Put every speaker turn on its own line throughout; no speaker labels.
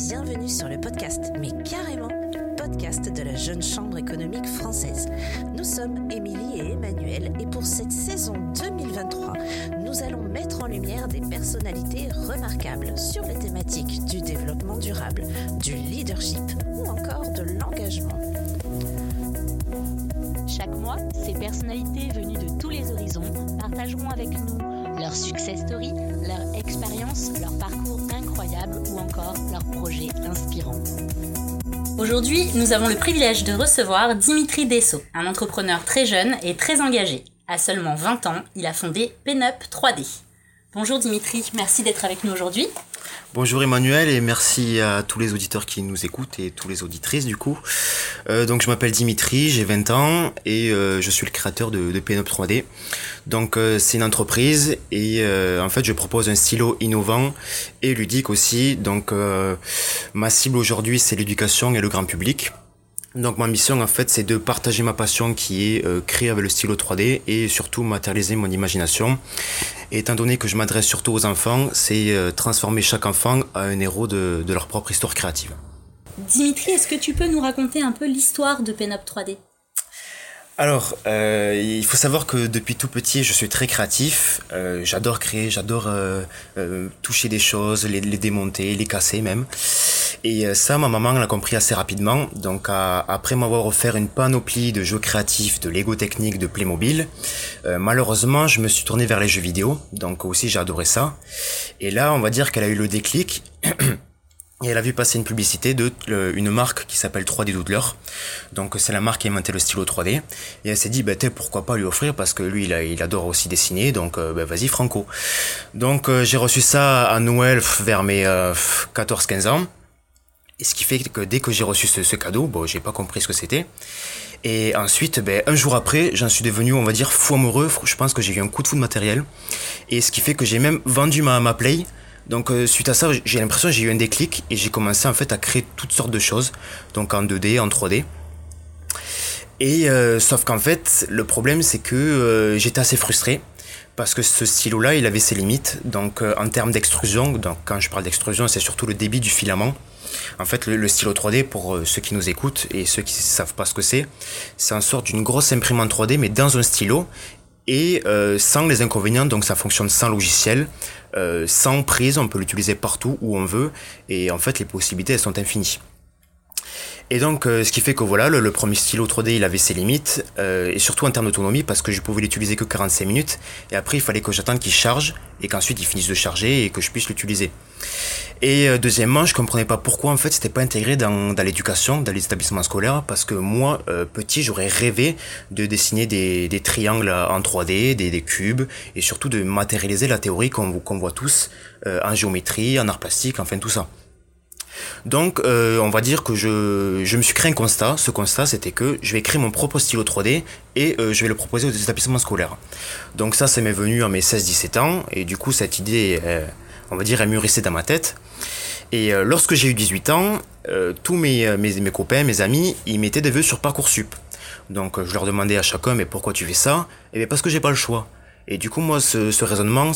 Bienvenue sur le podcast, mais carrément, podcast de la Jeune Chambre économique française. Nous sommes Émilie et Emmanuel et pour cette saison 2023, nous allons mettre en lumière des personnalités remarquables sur les thématiques du développement durable, du leadership ou encore de l'engagement.
Chaque mois, ces personnalités venues de tous les horizons partageront avec nous leur success story, leur expérience, leur parcours incroyable ou encore leurs projets inspirants.
Aujourd'hui, nous avons le privilège de recevoir Dimitri Dessau, un entrepreneur très jeune et très engagé. À seulement 20 ans, il a fondé Penup 3D. Bonjour Dimitri, merci d'être avec nous aujourd'hui.
Bonjour Emmanuel et merci à tous les auditeurs qui nous écoutent et tous les auditrices du coup. Donc je m'appelle Dimitri, j'ai 20 ans et je suis le créateur de Penup 3D. Donc c'est une entreprise et en fait je propose un stylo innovant et ludique aussi. Donc ma cible aujourd'hui c'est l'éducation et le grand public. Donc ma mission en fait c'est de partager ma passion qui est créer avec le stylo 3D et surtout matérialiser mon imagination. Et étant donné que je m'adresse surtout aux enfants, c'est transformer chaque enfant à un héros de leur propre histoire créative.
Dimitri, est-ce que tu peux nous raconter un peu l'histoire de Penup 3D ?
Alors, il faut savoir que depuis tout petit, je suis très créatif. J'adore créer, j'adore toucher des choses, les démonter, les casser même. Et ça, ma maman l'a compris assez rapidement. Donc, après m'avoir offert une panoplie de jeux créatifs, de Lego Technique, de Playmobil, malheureusement, je me suis tourné vers les jeux vidéo. Donc aussi, j'ai adoré ça. Et là, on va dire qu'elle a eu le déclic. Et elle a vu passer une publicité une marque qui s'appelle 3D Doodler. Donc c'est la marque qui a inventé le stylo 3D. Et elle s'est dit, pourquoi pas lui offrir, parce que lui, il adore aussi dessiner, donc vas-y franco. Donc j'ai reçu ça à Noël vers mes 14-15 ans. Et ce qui fait que dès que j'ai reçu ce cadeau, j'ai pas compris ce que c'était. Et ensuite, un jour après, j'en suis devenu, on va dire, fou amoureux. Je pense que j'ai eu un coup de foudre matériel. Et ce qui fait que j'ai même vendu ma Play. Donc suite à ça, j'ai l'impression que j'ai eu un déclic et j'ai commencé en fait à créer toutes sortes de choses, donc en 2D, en 3D. Et sauf qu'en fait, le problème c'est que j'étais assez frustré parce que ce stylo-là, il avait ses limites. Donc en termes d'extrusion, donc quand je parle d'extrusion, c'est surtout le débit du filament. En fait, le stylo 3D, pour ceux qui nous écoutent et ceux qui ne savent pas ce que c'est en sorte d'une grosse imprimante 3D, mais dans un stylo. Et sans les inconvénients, donc ça fonctionne sans logiciel, sans prise, on peut l'utiliser partout où on veut, et en fait les possibilités elles sont infinies. Et donc ce qui fait que voilà, le premier stylo 3D il avait ses limites, et surtout en termes d'autonomie, parce que je pouvais l'utiliser que 45 minutes, et après il fallait que j'attende qu'il charge, et qu'ensuite il finisse de charger, et que je puisse l'utiliser. Et deuxièmement, je comprenais pas pourquoi en fait c'était pas intégré dans l'éducation, dans les établissements scolaires, parce que moi, petit, j'aurais rêvé de dessiner des triangles en 3D, des cubes, et surtout de matérialiser la théorie qu'on voit tous en géométrie, en art plastique, enfin tout ça. Donc on va dire que je me suis créé un constat. Ce constat c'était que je vais créer mon propre stylo 3D et je vais le proposer aux établissements scolaires. Donc ça m'est venu à mes 16-17 ans et du coup cette idée on va dire elle mûrissait dans ma tête. Et lorsque j'ai eu 18 ans, tous mes copains, mes amis, ils mettaient des vœux sur Parcoursup. Donc je leur demandais à chacun mais pourquoi tu fais ça ? Et bien parce que j'ai pas le choix. Et du coup moi ce raisonnement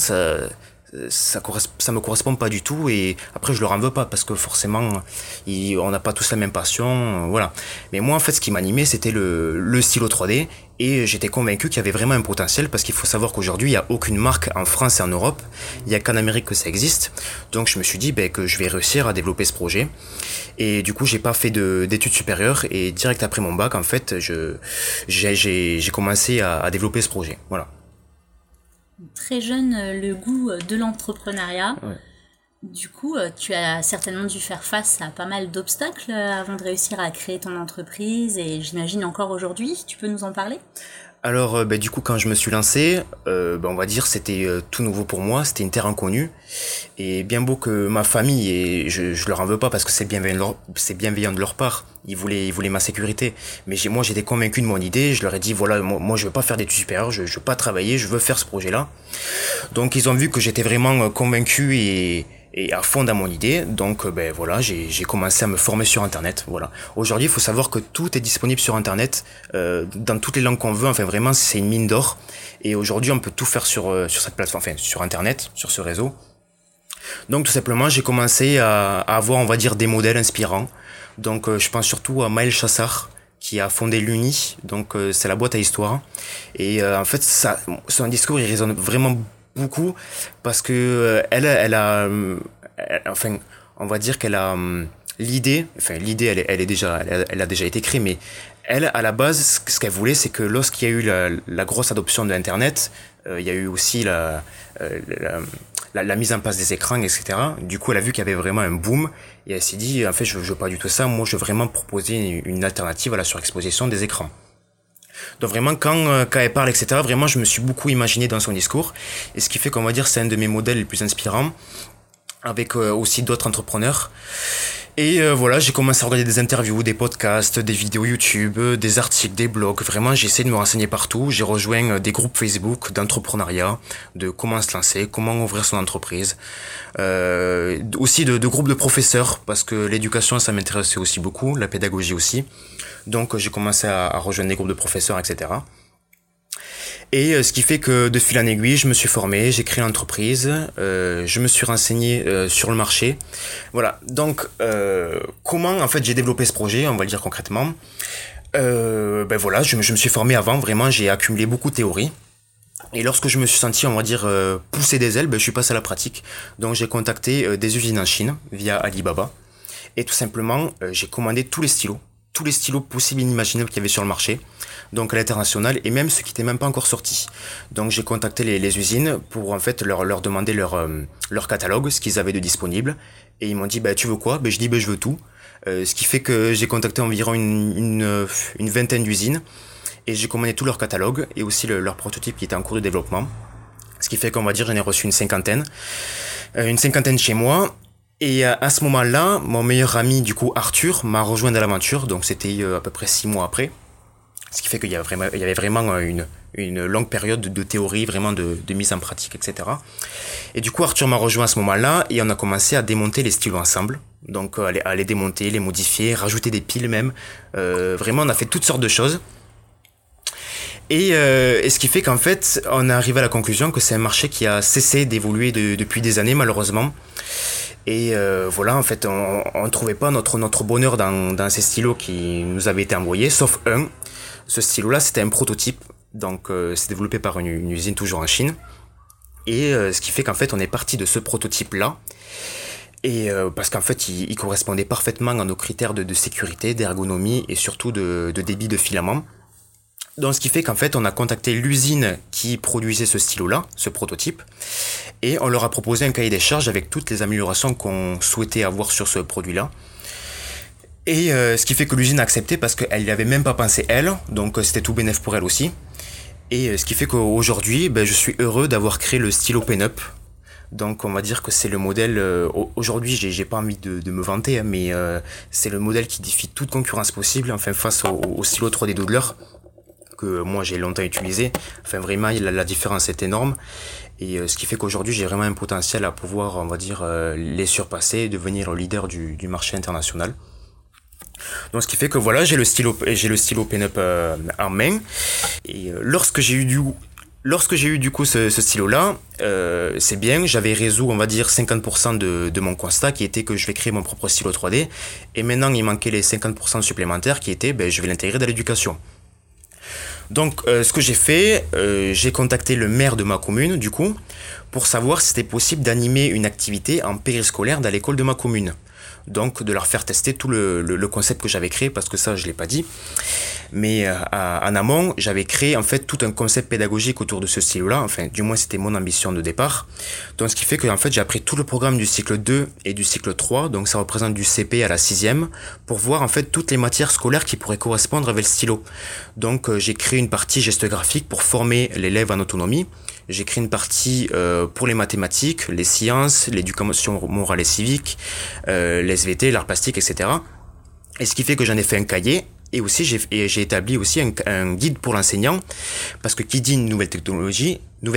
ça me correspond pas du tout et après je leur en veux pas parce que forcément on n'a pas tous la même passion, voilà. Mais moi en fait ce qui m'animait c'était le stylo 3D et j'étais convaincu qu'il y avait vraiment un potentiel parce qu'il faut savoir qu'aujourd'hui il y a aucune marque en France et en Europe, il y a qu'en Amérique que ça existe. Donc je me suis dit que je vais réussir à développer ce projet et du coup j'ai pas fait d'études supérieures et direct après mon bac en fait j'ai commencé à développer ce projet, voilà.
Très jeune, le goût de l'entrepreneuriat.
Ouais.
Du coup, tu as certainement dû faire face à pas mal d'obstacles avant de réussir à créer ton entreprise et j'imagine encore aujourd'hui. Tu peux nous en parler ?
Alors du coup quand je me suis lancé, on va dire c'était tout nouveau pour moi, c'était une terre inconnue et bien beau que ma famille et je leur en veux pas parce que c'est bienveillant de leur part, ils voulaient ma sécurité, mais moi j'étais convaincu de mon idée, je leur ai dit voilà moi je veux pas faire d'études supérieures, je veux pas travailler, je veux faire ce projet-là. Donc ils ont vu que j'étais vraiment convaincu et à fond dans mon idée, donc voilà, j'ai commencé à me former sur internet, voilà. Aujourd'hui, il faut savoir que tout est disponible sur internet, dans toutes les langues qu'on veut, enfin vraiment c'est une mine d'or, et aujourd'hui on peut tout faire sur cette plateforme, enfin sur internet, sur ce réseau. Donc tout simplement, j'ai commencé à avoir, on va dire, des modèles inspirants. Donc je pense surtout à Maëlle Chassard, qui a fondé l'Uni, donc c'est la boîte à histoire. Et en fait, son discours, il résonne vraiment beaucoup, parce que enfin, on va dire qu'elle a l'idée, elle a déjà été créée, mais elle, à la base, ce qu'elle voulait, c'est que lorsqu'il y a eu la grosse adoption de Internet, il y a eu aussi la mise en place des écrans, etc. Du coup, elle a vu qu'il y avait vraiment un boom, et elle s'est dit, en fait, je veux pas du tout ça, moi, je veux vraiment proposer une alternative à la surexposition des écrans. Donc vraiment, quand elle parle, etc., vraiment, je me suis beaucoup imaginé dans son discours, et ce qui fait qu'on va dire, c'est un de mes modèles les plus inspirants, avec aussi d'autres entrepreneurs. Et voilà, j'ai commencé à regarder des interviews, des podcasts, des vidéos YouTube, des articles, des blogs. Vraiment, j'ai essayé de me renseigner partout. J'ai rejoint des groupes Facebook d'entrepreneuriat, de comment se lancer, comment ouvrir son entreprise. Aussi de groupes de professeurs, parce que l'éducation, ça m'intéressait aussi beaucoup, la pédagogie aussi. Donc j'ai commencé à rejoindre des groupes de professeurs, etc. Et ce qui fait que de fil en aiguille, je me suis formé, j'ai créé l'entreprise, je me suis renseigné sur le marché. Voilà, donc comment en fait j'ai développé ce projet, on va le dire concrètement. Ben voilà, je me suis formé avant, vraiment j'ai accumulé beaucoup de théories. Et lorsque je me suis senti, on va dire, pousser des ailes, ben, je suis passé à la pratique. Donc j'ai contacté des usines en Chine via Alibaba. Et tout simplement, j'ai commandé tous les stylos possibles et inimaginables qu'il y avait sur le marché, donc à l'international, et même ceux qui n'étaient même pas encore sortis. Donc j'ai contacté les usines pour en fait leur demander leur catalogue, ce qu'ils avaient de disponible, et ils m'ont dit tu veux quoi? Je dis je veux tout. Ce qui fait que j'ai contacté environ une vingtaine d'usines, et j'ai commandé tout leur catalogue et aussi leur prototype qui était en cours de développement. Ce qui fait qu'on va dire j'en ai reçu une cinquantaine chez moi. Et à ce moment-là, mon meilleur ami, du coup, Arthur, m'a rejoint dans l'aventure, donc c'était à peu près 6 mois après. Ce qui fait qu'il y avait vraiment une longue période de théorie, vraiment de mise en pratique, etc. Et du coup, Arthur m'a rejoint à ce moment-là, et on a commencé à démonter les stylos ensemble. Donc à les démonter, les modifier, rajouter des piles même. Vraiment, on a fait toutes sortes de choses. Et ce qui fait qu'en fait, on est arrivé à la conclusion que c'est un marché qui a cessé d'évoluer depuis des années, malheureusement. Et voilà, en fait, on ne trouvait pas notre bonheur dans ces stylos qui nous avaient été envoyés, sauf un. Ce stylo-là, c'était un prototype, donc c'est développé par une usine toujours en Chine. Et ce qui fait qu'en fait, on est parti de ce prototype-là. Et parce qu'en fait, il correspondait parfaitement à nos critères de sécurité, d'ergonomie et surtout de débit de filament. Donc ce qui fait qu'en fait on a contacté l'usine qui produisait ce stylo-là, ce prototype, et on leur a proposé un cahier des charges avec toutes les améliorations qu'on souhaitait avoir sur ce produit-là. Et ce qui fait que l'usine a accepté parce qu'elle n'y avait même pas pensé elle, donc c'était tout bénef pour elle aussi. Et ce qui fait qu'aujourd'hui, je suis heureux d'avoir créé le stylo Pen-Up. Donc on va dire que c'est le modèle, aujourd'hui j'ai pas envie de me vanter, mais c'est le modèle qui défie toute concurrence possible, enfin face au stylo 3D Doodler, que moi j'ai longtemps utilisé. Enfin vraiment la différence est énorme, et ce qui fait qu'aujourd'hui j'ai vraiment un potentiel à pouvoir, on va dire, les surpasser et devenir le leader du marché international. Donc ce qui fait que voilà, j'ai le stylo Pen-Up en main, et lorsque j'ai eu du coup ce stylo-là, c'est bien, j'avais résolu, on va dire, 50% de mon constat qui était que je vais créer mon propre stylo 3D, et maintenant il manquait les 50% supplémentaires qui étaient, je vais l'intégrer dans l'éducation. Donc ce que j'ai fait, j'ai contacté le maire de ma commune, du coup, pour savoir si c'était possible d'animer une activité en périscolaire dans l'école de ma commune. Donc de leur faire tester tout le concept que j'avais créé, parce que ça je l'ai pas dit, mais en amont j'avais créé en fait tout un concept pédagogique autour de ce stylo-là, enfin du moins c'était mon ambition de départ. Donc ce qui fait que en fait j'ai appris tout le programme du cycle 2 et du cycle 3, donc ça représente du CP à la 6e, pour voir en fait toutes les matières scolaires qui pourraient correspondre avec le stylo. Donc j'ai créé une partie geste graphique pour former l'élève en autonomie. J'ai créé une partie pour les mathématiques, les sciences, l'éducation morale et civique, les SVT, l'art plastique, etc. Et ce qui fait que j'en ai fait un cahier, et aussi j'ai établi aussi un guide pour l'enseignant, parce que qui dit nouvelle technologie,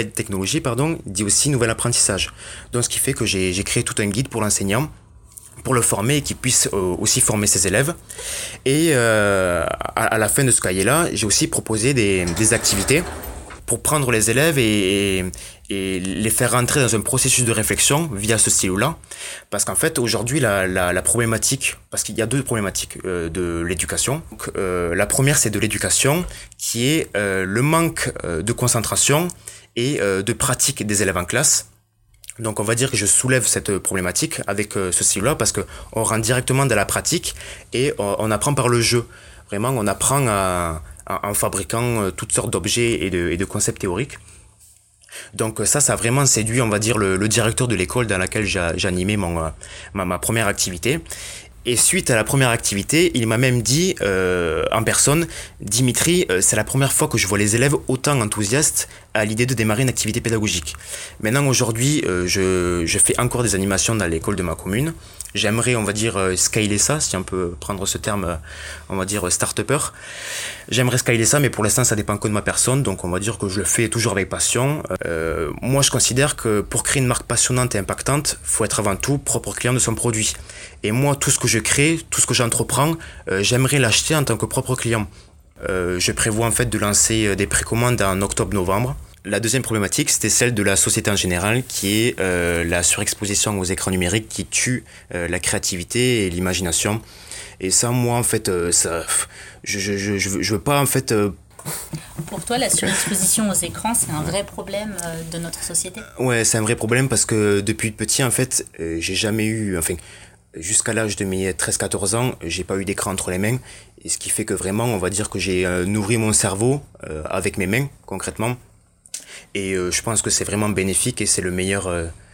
dit aussi nouvel apprentissage. Donc ce qui fait que j'ai créé tout un guide pour l'enseignant, pour le former et qu'il puisse aussi former ses élèves. Et à la fin de ce cahier-là, j'ai aussi proposé des activités pour prendre les élèves et les faire rentrer dans un processus de réflexion via ce stylo-là. Parce qu'en fait, aujourd'hui, la problématique, parce qu'il y a deux problématiques de l'éducation. Donc, la première, c'est de l'éducation, qui est le manque de concentration et de pratique des élèves en classe. Donc on va dire que je soulève cette problématique avec ce stylo-là parce que on rentre directement dans la pratique et on apprend par le jeu. Vraiment, on apprend en fabriquant toutes sortes d'objets et de concepts théoriques. Donc ça a vraiment séduit, on va dire, le directeur de l'école dans laquelle j'animais ma première activité. Et suite à la première activité, il m'a même dit en personne, Dimitri, c'est la première fois que je vois les élèves autant enthousiastes à l'idée de démarrer une activité pédagogique. Maintenant, aujourd'hui, je fais encore des animations dans l'école de ma commune. J'aimerais, on va dire, scaler ça, si on peut prendre ce terme, on va dire, start-upper. J'aimerais scaler ça, mais pour l'instant, ça dépend que de ma personne, donc on va dire que je le fais toujours avec passion. Moi, je considère que pour créer une marque passionnante et impactante, faut être avant tout propre client de son produit. Et moi, tout ce que je crée, tout ce que j'entreprends, j'aimerais l'acheter en tant que propre client. Je prévois en fait de lancer des précommandes en octobre-novembre. La deuxième problématique, c'était celle de la société en général, qui est la surexposition aux écrans numériques qui tue la créativité et l'imagination. Et ça, moi, en fait, je veux pas, en fait...
Pour toi, la surexposition aux écrans, c'est un vrai problème de notre société ?
Ouais, c'est un vrai problème parce que depuis petit, en fait, j'ai jamais eu... Enfin, jusqu'à l'âge de mes 13-14 ans, j'ai pas eu d'écran entre les mains. Et ce qui fait que vraiment, on va dire que j'ai nourri mon cerveau avec mes mains, concrètement. Et je pense que c'est vraiment bénéfique et c'est le meilleur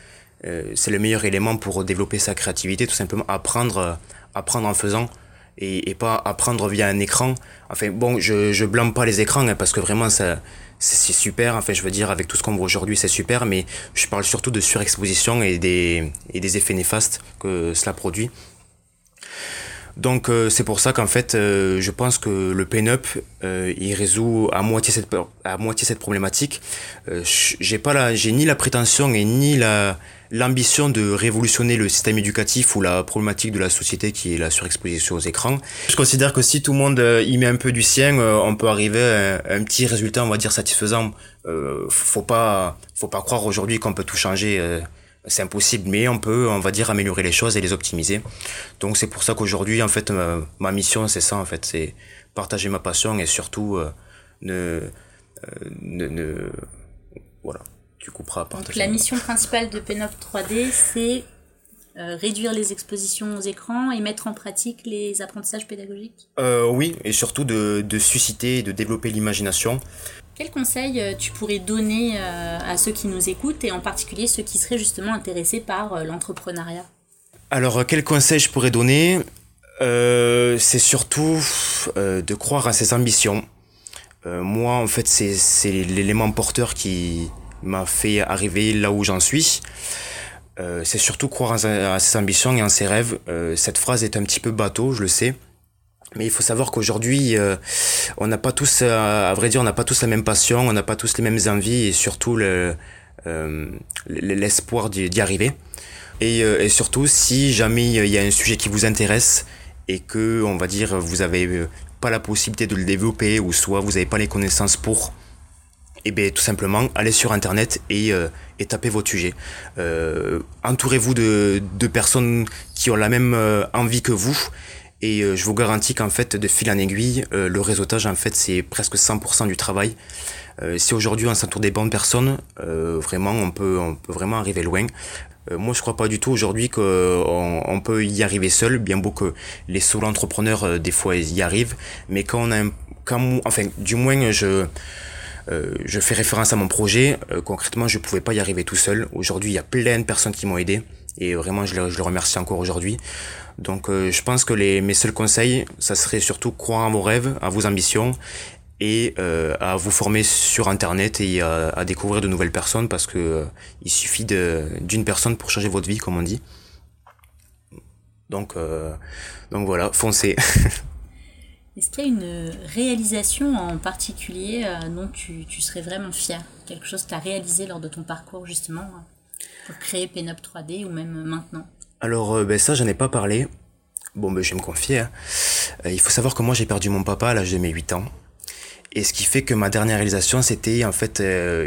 élément pour développer sa créativité, tout simplement apprendre en faisant et pas apprendre via un écran. Enfin bon, je blâme pas les écrans hein, parce que vraiment ça c'est super, enfin je veux dire avec tout ce qu'on voit aujourd'hui c'est super, mais je parle surtout de surexposition et des effets néfastes que cela produit. Donc c'est pour ça qu'en fait je pense que le pin-up il résout à moitié cette problématique. J'ai ni la prétention et ni l'ambition de révolutionner le système éducatif ou la problématique de la société qui est la surexposition aux écrans. Je considère que si tout le monde y met un peu du sien, on peut arriver à un petit résultat, on va dire satisfaisant. Faut pas croire aujourd'hui qu'on peut tout changer. C'est impossible, mais on va dire améliorer les choses et les optimiser. Donc c'est pour ça qu'aujourd'hui, en fait, ma mission, c'est ça, en fait, c'est partager ma passion et surtout voilà, tu couperas à partager.
Donc la mission principale de P9 3D, c'est réduire les expositions aux écrans et mettre en pratique les apprentissages pédagogiques ?
Oui, et surtout de susciter et de développer l'imagination.
Quels conseils tu pourrais donner à ceux qui nous écoutent et en particulier ceux qui seraient justement intéressés par l'entrepreneuriat ?
Alors, quels conseils je pourrais donner ? C'est surtout de croire à ses ambitions. Moi, en fait, c'est l'élément porteur qui m'a fait arriver là où j'en suis. C'est surtout croire à ses ambitions et en ses rêves. Cette phrase est un petit peu bateau, je le sais. Mais il faut savoir qu'aujourd'hui, on n'a pas tous, à vrai dire, on n'a pas tous la même passion, on n'a pas tous les mêmes envies et surtout l'espoir d'y arriver. Et surtout, si jamais il y a un sujet qui vous intéresse et que, on va dire, vous avez pas la possibilité de le développer ou soit vous n'avez pas les connaissances pour, et bien tout simplement, allez sur Internet et tapez votre sujet. Entourez-vous de personnes qui ont la même envie que vous. Et je vous garantis qu'en fait, de fil en aiguille, le réseautage, en fait, c'est presque 100% du travail. Si aujourd'hui on s'entoure des bonnes personnes, vraiment, on peut vraiment arriver loin. Moi, je crois pas du tout aujourd'hui qu'on peut y arriver seul, bien beau que les solo-entrepreneurs, des fois, ils y arrivent. Mais du moins, je fais référence à mon projet. Concrètement, je pouvais pas y arriver tout seul. Aujourd'hui, il y a plein de personnes qui m'ont aidé. Et vraiment, je les remercie encore aujourd'hui. Donc, je pense que mes seuls conseils, ça serait surtout croire en vos rêves, à vos ambitions et à vous former sur Internet et à découvrir de nouvelles personnes parce que il suffit d'une personne pour changer votre vie, comme on dit. Donc voilà, foncez.
Est-ce qu'il y a une réalisation en particulier dont tu serais vraiment fier ? Quelque chose que tu as réalisé lors de ton parcours justement pour créer P9 3D ou même maintenant ?
Alors ça j'en ai pas parlé. Bon je vais me confier. Il faut savoir que moi j'ai perdu mon papa à l'âge de mes 8 ans. Et ce qui fait que ma dernière réalisation, c'était en fait,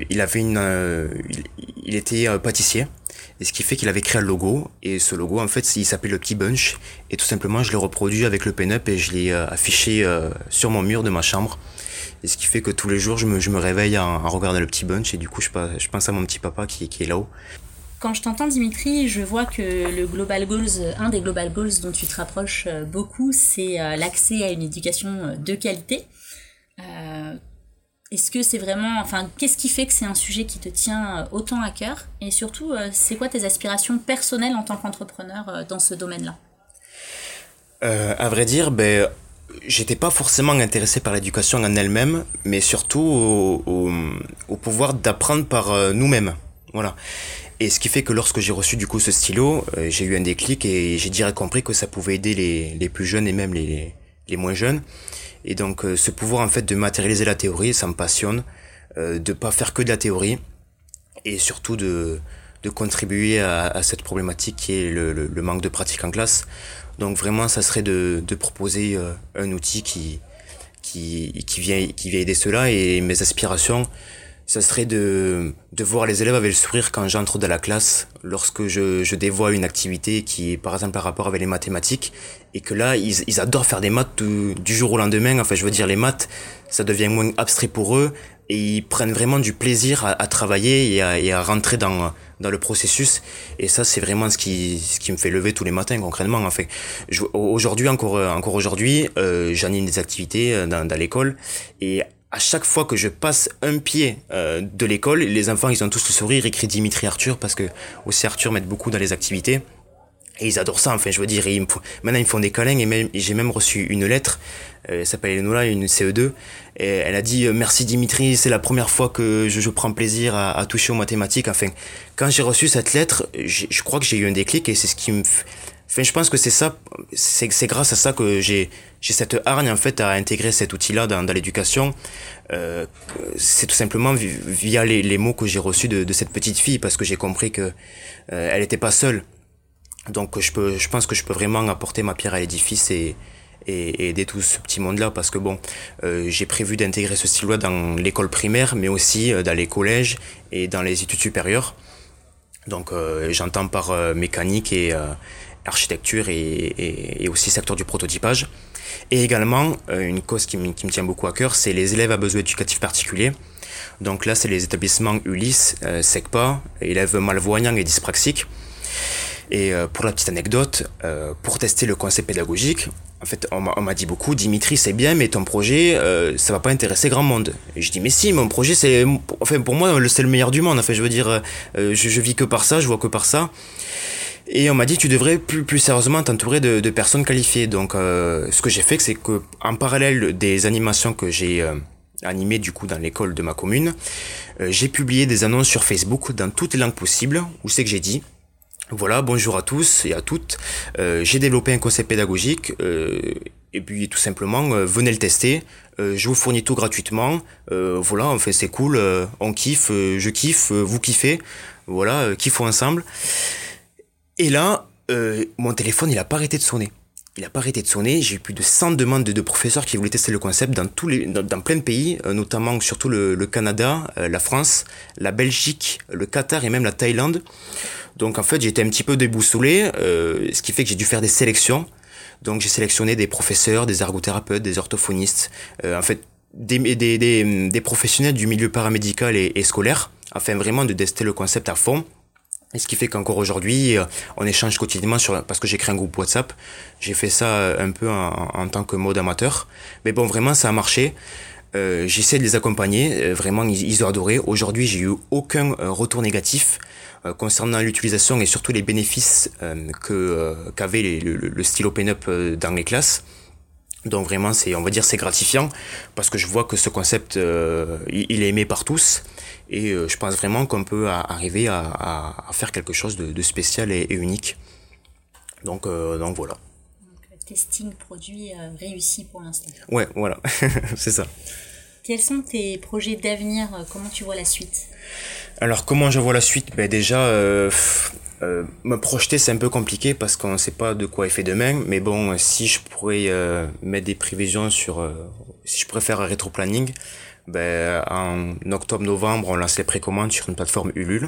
il était pâtissier. Et ce qui fait qu'il avait créé un logo. Et ce logo, en fait, il s'appelait le Petit Bunch. Et tout simplement, je l'ai reproduit avec le pin-up et je l'ai affiché sur mon mur de ma chambre. Et ce qui fait que tous les jours, je me réveille en regardant le Petit Bunch. Et du coup, je pense à mon petit papa qui est là-haut.
Quand je t'entends, Dimitri, je vois que le Global Goals, un des Global Goals dont tu te rapproches beaucoup, c'est l'accès à une éducation de qualité. Est-ce que c'est vraiment... Enfin, qu'est-ce qui fait que c'est un sujet qui te tient autant à cœur ? Et surtout, c'est quoi tes aspirations personnelles en tant qu'entrepreneur dans ce domaine-là ?
À vrai dire, j'étais pas forcément intéressé par l'éducation en elle-même, mais surtout au pouvoir d'apprendre par nous-mêmes. Voilà. Et ce qui fait que lorsque j'ai reçu du coup ce stylo, j'ai eu un déclic et j'ai direct compris que ça pouvait aider les plus jeunes et même les moins jeunes. Et donc ce pouvoir en fait de matérialiser la théorie, ça me passionne, de pas faire que de la théorie et surtout de contribuer à cette problématique qui est le manque de pratique en classe. Donc vraiment ça serait de proposer un outil qui vient aider cela. Et mes aspirations, ça serait de voir les élèves avec le sourire quand j'entre dans la classe, lorsque je dévoie une activité qui est par exemple en rapport avec les mathématiques, et que là ils adorent faire des maths du jour au lendemain. Enfin, je veux dire, les maths, ça devient moins abstrait pour eux et ils prennent vraiment du plaisir à travailler et à rentrer dans le processus. Et ça, c'est vraiment ce qui me fait lever tous les matins concrètement. Enfin, encore aujourd'hui, j'anime des activités dans l'école, et à chaque fois que je passe un pied de l'école, les enfants, ils ont tous le sourire, écrit Dimitri Arthur, parce que aussi Arthur m'aide beaucoup dans les activités. Et ils adorent ça, enfin, je veux dire, maintenant ils me font des câlins, et j'ai même reçu une lettre, elle s'appelle Enola, une CE2, et elle a dit merci Dimitri, c'est la première fois que je prends plaisir à toucher aux mathématiques. Enfin, quand j'ai reçu cette lettre, je crois que j'ai eu un déclic, et c'est ce qui me... Enfin, je pense que c'est ça, c'est grâce à ça que j'ai cette hargne en fait à intégrer cet outil-là dans l'éducation. C'est tout simplement via les mots que j'ai reçus de cette petite fille, parce que j'ai compris que elle était pas seule. Donc je pense que je peux vraiment apporter ma pierre à l'édifice et aider tout ce petit monde-là, parce que bon, j'ai prévu d'intégrer ce style-là dans l'école primaire, mais aussi dans les collèges et dans les études supérieures. Donc j'entends par mécanique et architecture et aussi secteur du prototypage. Et également, une cause qui me tient beaucoup à cœur, c'est les élèves à besoins éducatifs particuliers. Donc là, c'est les établissements Ulysse, SECPA, élèves malvoyants et dyspraxiques. Et pour la petite anecdote, pour tester le concept pédagogique, en fait, on m'a dit beaucoup, Dimitri, c'est bien, mais ton projet, ça va pas intéresser grand monde. Et je dis, mais si, mon projet, pour moi, c'est le meilleur du monde. Enfin, je veux dire, je vis que par ça, je vois que par ça. Et on m'a dit, tu devrais plus sérieusement t'entourer de personnes qualifiées. Donc, ce que j'ai fait, c'est que en parallèle des animations que j'ai animées du coup dans l'école de ma commune, j'ai publié des annonces sur Facebook dans toutes les langues possibles, où c'est que j'ai dit, voilà, bonjour à tous et à toutes, j'ai développé un concept pédagogique, et puis tout simplement, venez le tester, je vous fournis tout gratuitement, voilà, en fait c'est cool, on kiffe, je kiffe, vous kiffez, voilà, kiffons ensemble. Et là, mon téléphone, il a pas arrêté de sonner. J'ai eu plus de 100 demandes de professeurs qui voulaient tester le concept dans plein de pays, notamment surtout le Canada, la France, la Belgique, le Qatar et même la Thaïlande. Donc en fait, j'étais un petit peu déboussolé, ce qui fait que j'ai dû faire des sélections. Donc j'ai sélectionné des professeurs, des ergothérapeutes, des orthophonistes, en fait des professionnels du milieu paramédical et scolaire, afin vraiment de tester le concept à fond. Et ce qui fait qu'encore aujourd'hui, on échange quotidiennement parce que j'ai créé un groupe WhatsApp. J'ai fait ça un peu en tant que mode amateur. Mais bon, vraiment, ça a marché. J'essaie de les accompagner. Vraiment, ils ont adoré. Aujourd'hui, j'ai eu aucun retour négatif concernant l'utilisation et surtout les bénéfices qu'avait le stylo pen-up dans les classes. Donc vraiment, on va dire, c'est gratifiant parce que je vois que ce concept, il est aimé par tous. Et je pense vraiment qu'on peut arriver à faire quelque chose de spécial et unique. Donc voilà.
Donc le testing produit réussi pour l'instant.
Ouais, voilà, c'est ça.
Quels sont tes projets d'avenir ? Comment tu vois la suite ?
Alors comment je vois la suite ? Déjà, Me projeter, c'est un peu compliqué parce qu'on ne sait pas de quoi est fait demain. Mais bon, si je pourrais mettre des prévisions si je pourrais faire un rétro-planning, en octobre-novembre, on lance les précommandes sur une plateforme Ulule.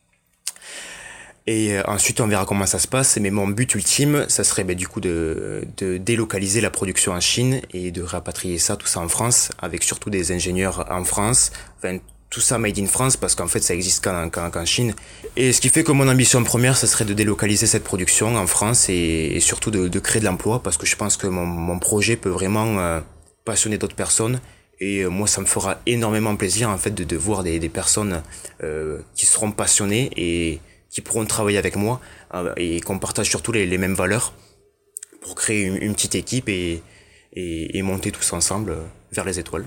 Et ensuite, on verra comment ça se passe. Mais mon but ultime, ça serait du coup de délocaliser la production en Chine et de rapatrier tout ça en France, avec surtout des ingénieurs en France. Enfin, tout ça made in France, parce qu'en fait, ça existe qu'en Chine. Et ce qui fait que mon ambition première, ça serait de délocaliser cette production en France et surtout de créer de l'emploi, parce que je pense que mon projet peut vraiment passionner d'autres personnes. Et moi, ça me fera énormément plaisir, en fait, de voir des personnes qui seront passionnées et qui pourront travailler avec moi et qu'on partage surtout les mêmes valeurs pour créer une petite équipe et monter tous ensemble vers les étoiles.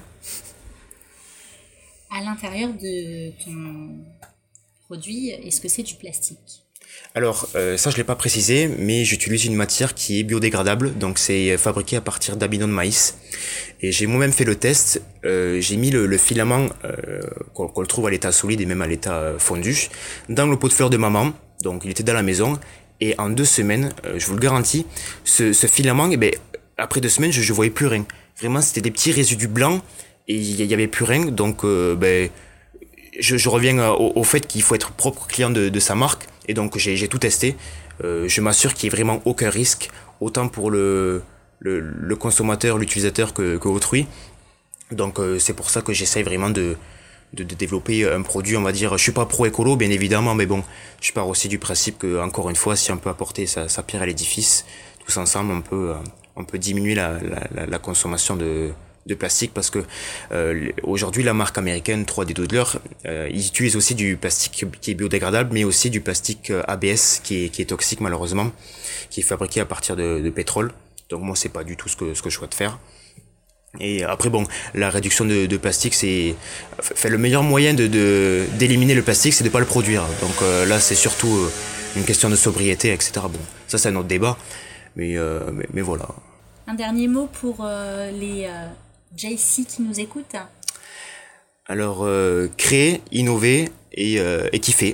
À l'intérieur de ton produit, est-ce que c'est du plastique ?
Alors, ça je l'ai pas précisé, mais j'utilise une matière qui est biodégradable, donc c'est fabriqué à partir d'amidon de maïs. Et j'ai moi-même fait le test, j'ai mis le filament, qu'on le trouve à l'état solide et même à l'état fondu, dans le pot de fleurs de maman, donc il était dans la maison, et en 2 semaines, je vous le garantis, ce filament, après 2 semaines, je voyais plus rien. Vraiment, c'était des petits résidus blancs, et il y avait plus rien, donc je reviens au fait qu'il faut être propre client de sa marque, et donc j'ai tout testé. Je m'assure qu'il n'y ait vraiment aucun risque, autant pour le consommateur, l'utilisateur que autrui. Donc c'est pour ça que j'essaye vraiment de développer un produit, on va dire. Je suis pas pro écolo, bien évidemment, mais bon, je pars aussi du principe que, encore une fois, si on peut apporter sa pierre à l'édifice, tous ensemble, on peut diminuer la consommation de plastique, parce que aujourd'hui la marque américaine 3D Doodler, ils utilisent aussi du plastique qui est biodégradable, mais aussi du plastique ABS qui est toxique malheureusement, qui est fabriqué à partir de pétrole. Donc moi c'est pas du tout ce que je souhaite faire. Et après bon, la réduction de plastique, c'est le meilleur moyen d'éliminer le plastique, c'est de pas le produire. Donc là c'est surtout une question de sobriété, etc. Bon, ça c'est un autre débat, mais voilà.
Un dernier mot pour les JC qui nous écoutent.
Alors, créer, innover et kiffer.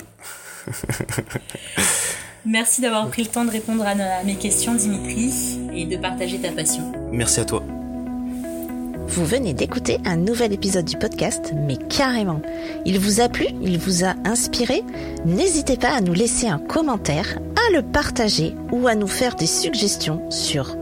Merci d'avoir pris le temps de répondre à mes questions, Dimitri, et de partager ta passion.
Merci à toi.
Vous venez d'écouter un nouvel épisode du podcast, mais carrément. Il vous a plu ? Il vous a inspiré ? N'hésitez pas à nous laisser un commentaire, à le partager ou à nous faire des suggestions sur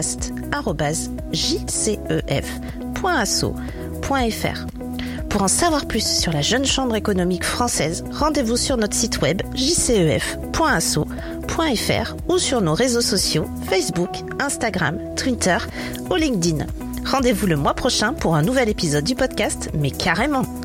podcast@jcef.asso.fr. Pour en savoir plus sur la Jeune Chambre économique française, rendez-vous sur notre site web jcef.asso.fr ou sur nos réseaux sociaux Facebook, Instagram, Twitter ou LinkedIn. Rendez-vous le mois prochain pour un nouvel épisode du podcast, mais carrément.